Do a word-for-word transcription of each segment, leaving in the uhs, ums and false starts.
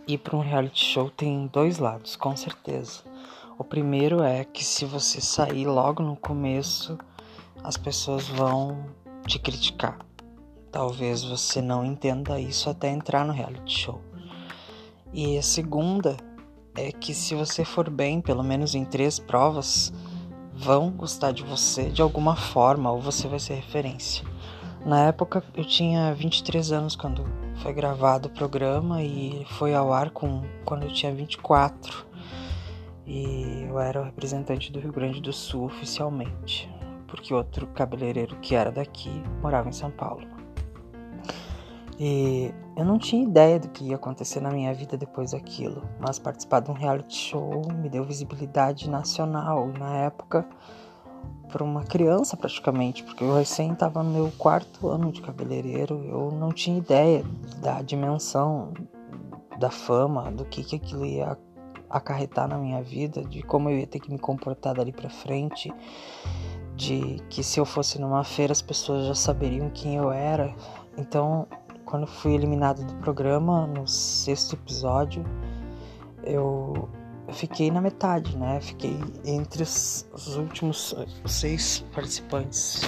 ir para um reality show tem dois lados, com certeza. O primeiro é que se você sair logo no começo, as pessoas vão te criticar. Talvez você não entenda isso até entrar no reality show. E a segunda é que se você for bem, pelo menos em três provas, vão gostar de você de alguma forma, ou você vai ser referência. Na época eu tinha vinte e três anos quando foi gravado o programa e foi ao ar com, quando eu tinha vinte e quatro. E eu era o representante do Rio Grande do Sul oficialmente, porque outro cabeleireiro que era daqui morava em São Paulo. E eu não tinha ideia do que ia acontecer na minha vida depois daquilo, mas participar de um reality show me deu visibilidade nacional. Na época, para uma criança praticamente, porque eu recém estava no meu quarto ano de cabeleireiro, eu não tinha ideia da dimensão da fama, do que, que aquilo ia acarretar na minha vida, de como eu ia ter que me comportar dali para frente, de que se eu fosse numa feira as pessoas já saberiam quem eu era. Então, quando fui eliminado do programa, no sexto episódio, eu fiquei na metade, né? Fiquei entre os, os últimos os seis participantes.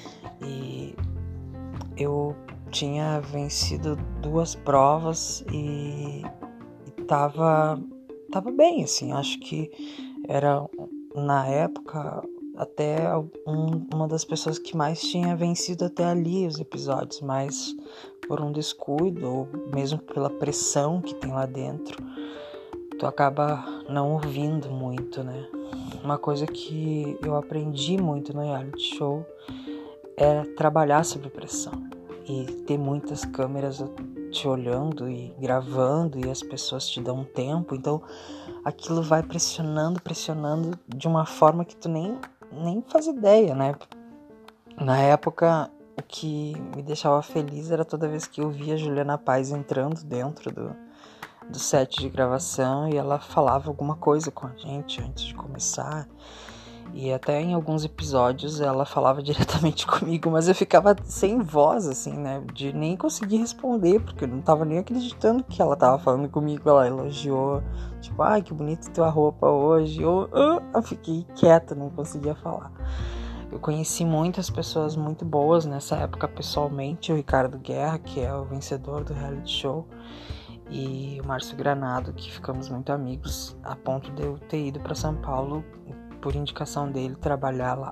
E eu tinha vencido duas provas e, e tava, tava bem, assim. Acho que era, na época, até um, uma das pessoas que mais tinha vencido até ali os episódios, mas por um descuido ou mesmo pela pressão que tem lá dentro, tu acaba não ouvindo muito, né? Uma coisa que eu aprendi muito no reality show é trabalhar sob pressão e ter muitas câmeras te olhando e gravando e as pessoas te dão um tempo, então aquilo vai pressionando, pressionando de uma forma que tu nem, nem faz ideia, né? Na época, o que me deixava feliz era toda vez que eu via a Juliana Paz entrando dentro do, do set de gravação e ela falava alguma coisa com a gente antes de começar. E até em alguns episódios ela falava diretamente comigo, mas eu ficava sem voz, assim, né? De nem conseguir responder, porque eu não tava nem acreditando que ela tava falando comigo. Ela elogiou, tipo, ai, que bonita tua roupa hoje. Eu, uh, eu fiquei quieta, não conseguia falar. Eu conheci muitas pessoas muito boas nessa época pessoalmente. O Ricardo Guerra, que é o vencedor do reality show, e o Márcio Granado, que ficamos muito amigos, a ponto de eu ter ido para São Paulo por indicação dele trabalhar lá.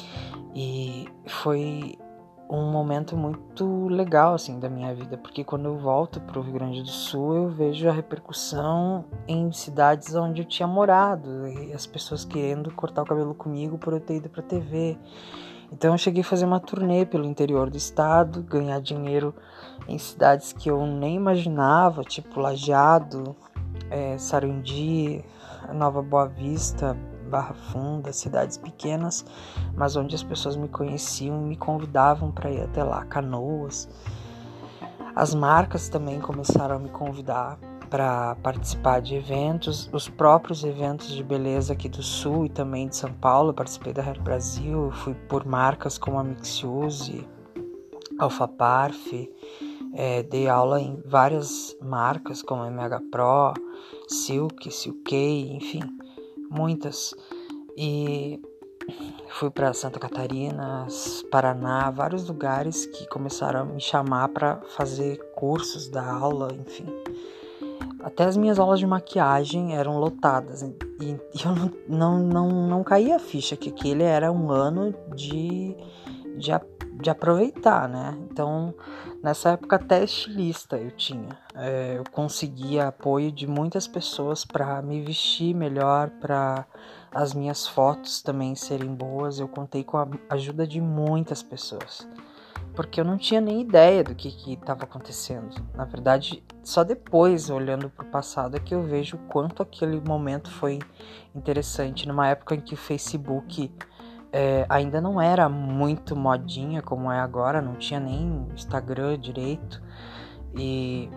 E foi um momento muito legal, assim, da minha vida, porque quando eu volto pro Rio Grande do Sul, eu vejo a repercussão em cidades onde eu tinha morado, e as pessoas querendo cortar o cabelo comigo por eu ter ido pra T V. Então eu cheguei a fazer uma turnê pelo interior do estado, ganhar dinheiro em cidades que eu nem imaginava, tipo Lajeado, é, Sarandi, Nova Boa Vista, Barra Funda, cidades pequenas, mas onde as pessoas me conheciam e me convidavam para ir até lá, Canoas. As marcas também começaram a me convidar para participar de eventos, os próprios eventos de beleza aqui do Sul e também de São Paulo. Eu participei da Hair Brasil, fui por marcas como a Mixiuse, Alpha Parf, é, dei aula em várias marcas como a M H Pro, Silk, Silkei, enfim, muitas. E fui para Santa Catarina, Paraná, vários lugares que começaram a me chamar para fazer cursos, dar aula, enfim. Até as minhas aulas de maquiagem eram lotadas e, e eu não, não, não, não caía a ficha que aquele era um ano de, de, de aproveitar, né? Então, nessa época até estilista eu tinha. É, eu conseguia apoio de muitas pessoas para me vestir melhor, para as minhas fotos também serem boas. Eu contei com a ajuda de muitas pessoas, porque eu não tinha nem ideia do que estava acontecendo. Na verdade, só depois, olhando para o passado, é que eu vejo o quanto aquele momento foi interessante. Numa época em que o Facebook é, ainda não era muito modinha como é agora, não tinha nem Instagram direito. E,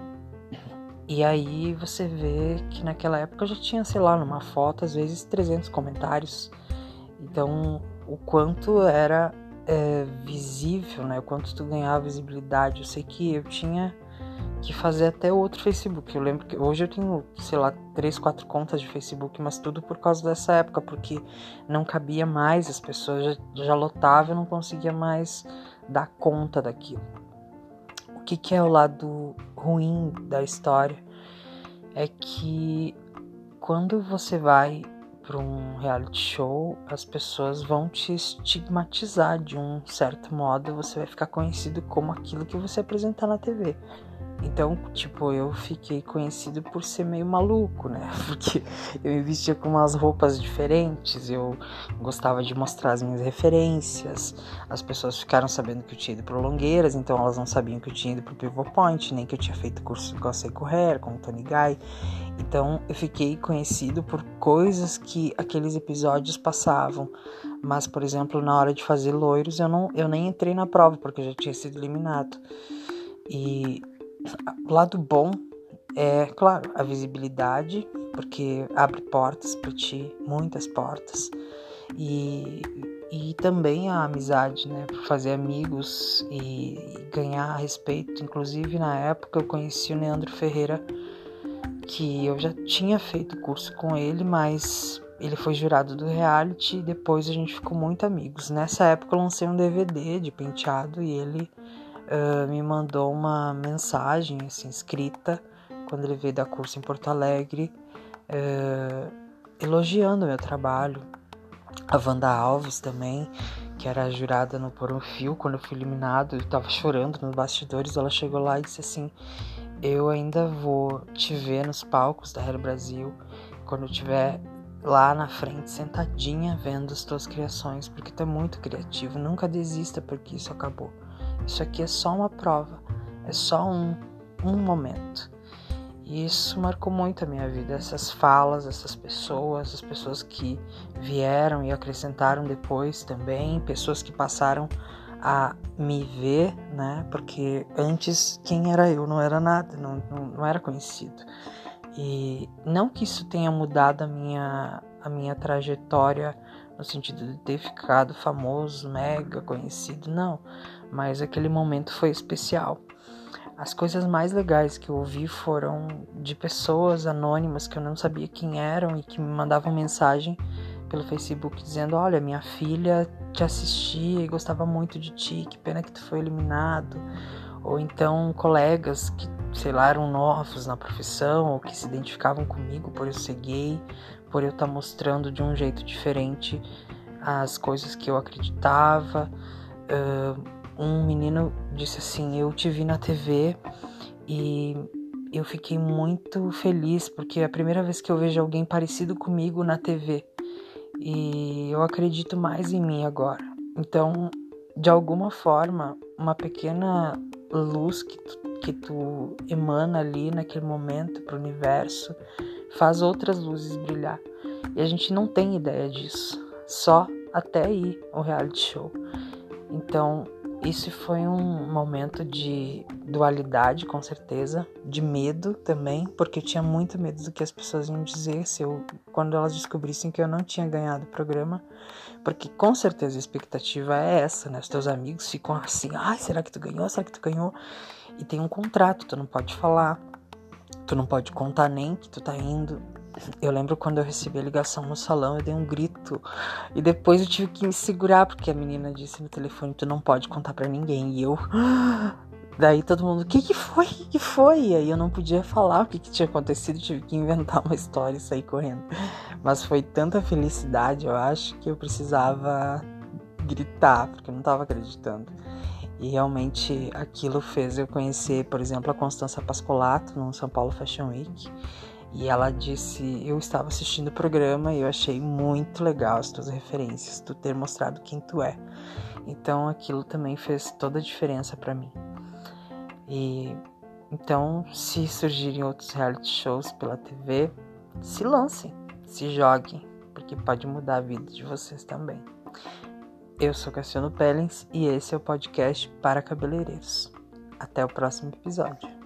e aí você vê que naquela época já tinha, sei lá, numa foto, às vezes trezentos comentários. Então, o quanto era é, visível, né? O quanto tu ganhava visibilidade. Eu sei que eu tinha que fazer até outro Facebook. Eu lembro que hoje eu tenho, sei lá, três, quatro contas de Facebook, mas tudo por causa dessa época, porque não cabia mais, as pessoas já, já lotavam, eu não conseguia mais dar conta daquilo. O que, que é o lado ruim da história? É que quando você vai para um reality show, as pessoas vão te estigmatizar de um certo modo, você vai ficar conhecido como aquilo que você apresentar na T V. Então, tipo, eu fiquei conhecido por ser meio maluco, né? Porque eu me vestia com umas roupas diferentes, eu gostava de mostrar as minhas referências, as pessoas ficaram sabendo que eu tinha ido pro Longueiras, então elas não sabiam que eu tinha ido pro Pivot Point, nem que eu tinha feito curso com a Seiko Hair, com o Tony Guy. Então, eu fiquei conhecido por coisas que aqueles episódios passavam. Mas, por exemplo, na hora de fazer loiros, eu, não, eu nem entrei na prova, porque eu já tinha sido eliminado. E o lado bom é, claro, a visibilidade, porque abre portas para ti, muitas portas. E, e também a amizade, né? Por fazer amigos e, e ganhar respeito. Inclusive, na época, eu conheci o Leandro Ferreira, que eu já tinha feito curso com ele, mas ele foi jurado do reality e depois a gente ficou muito amigos. Nessa época, eu lancei um D V D de penteado e ele Uh, me mandou uma mensagem assim, escrita quando ele veio dar curso em Porto Alegre, uh, elogiando o meu trabalho. A Wanda Alves também, que era jurada no Por um Fio, quando eu fui eliminado, eu tava chorando nos bastidores, ela chegou lá e disse assim: eu ainda vou te ver nos palcos da Hair Brasil quando eu estiver lá na frente, sentadinha, vendo as tuas criações, porque tu é muito criativo, nunca desista porque isso acabou. Isso aqui é só uma prova, é só um, um momento. E isso marcou muito a minha vida, essas falas, essas pessoas, as pessoas que vieram e acrescentaram depois também, pessoas que passaram a me ver, né? Porque antes quem era eu? Não era nada, não, não, não era conhecido. E não que isso tenha mudado a minha, a minha trajetória no sentido de ter ficado famoso, mega conhecido, não. Mas aquele momento foi especial. As coisas mais legais que eu ouvi foram de pessoas anônimas que eu não sabia quem eram e que me mandavam mensagem pelo Facebook dizendo: olha, minha filha te assistia e gostava muito de ti, que pena que tu foi eliminado. Ou então colegas que, sei lá, eram novos na profissão ou que se identificavam comigo por eu ser gay, por eu estar mostrando de um jeito diferente as coisas que eu acreditava. Uh, um menino disse assim: eu te vi na T V e eu fiquei muito feliz porque é a primeira vez que eu vejo alguém parecido comigo na T V e eu acredito mais em mim agora. Então, de alguma forma, uma pequena luz que tu, que tu emana ali naquele momento para o universo faz outras luzes brilhar. E a gente não tem ideia disso, só até aí o reality show. Então, isso foi um momento de dualidade, com certeza, de medo também, porque eu tinha muito medo do que as pessoas iam dizer se eu, quando elas descobrissem que eu não tinha ganhado o programa, porque com certeza a expectativa é essa, né? Os teus amigos ficam assim: ai, será que tu ganhou? Será que tu ganhou? E tem um contrato, tu não pode falar, tu não pode contar nem que tu tá indo. Eu lembro quando eu recebi a ligação no salão, eu dei um grito. E depois eu tive que me segurar, porque a menina disse no telefone: tu não pode contar pra ninguém. E eu... Daí todo mundo: o que que foi? O que que foi? E aí eu não podia falar o que que tinha acontecido. Tive que inventar uma história e sair correndo. Mas foi tanta felicidade, eu acho, que eu precisava gritar, porque eu não tava acreditando. E realmente aquilo fez eu conhecer, por exemplo, a Constança Pascolato no São Paulo Fashion Week. E ela disse: eu estava assistindo o programa e eu achei muito legal as tuas referências, tu ter mostrado quem tu é. Então aquilo também fez toda a diferença pra mim. E então, se surgirem outros reality shows pela T V, se lancem, se joguem, porque pode mudar a vida de vocês também. Eu sou Cassiano Pellens e esse é o podcast Para Cabeleireiros. Até o próximo episódio.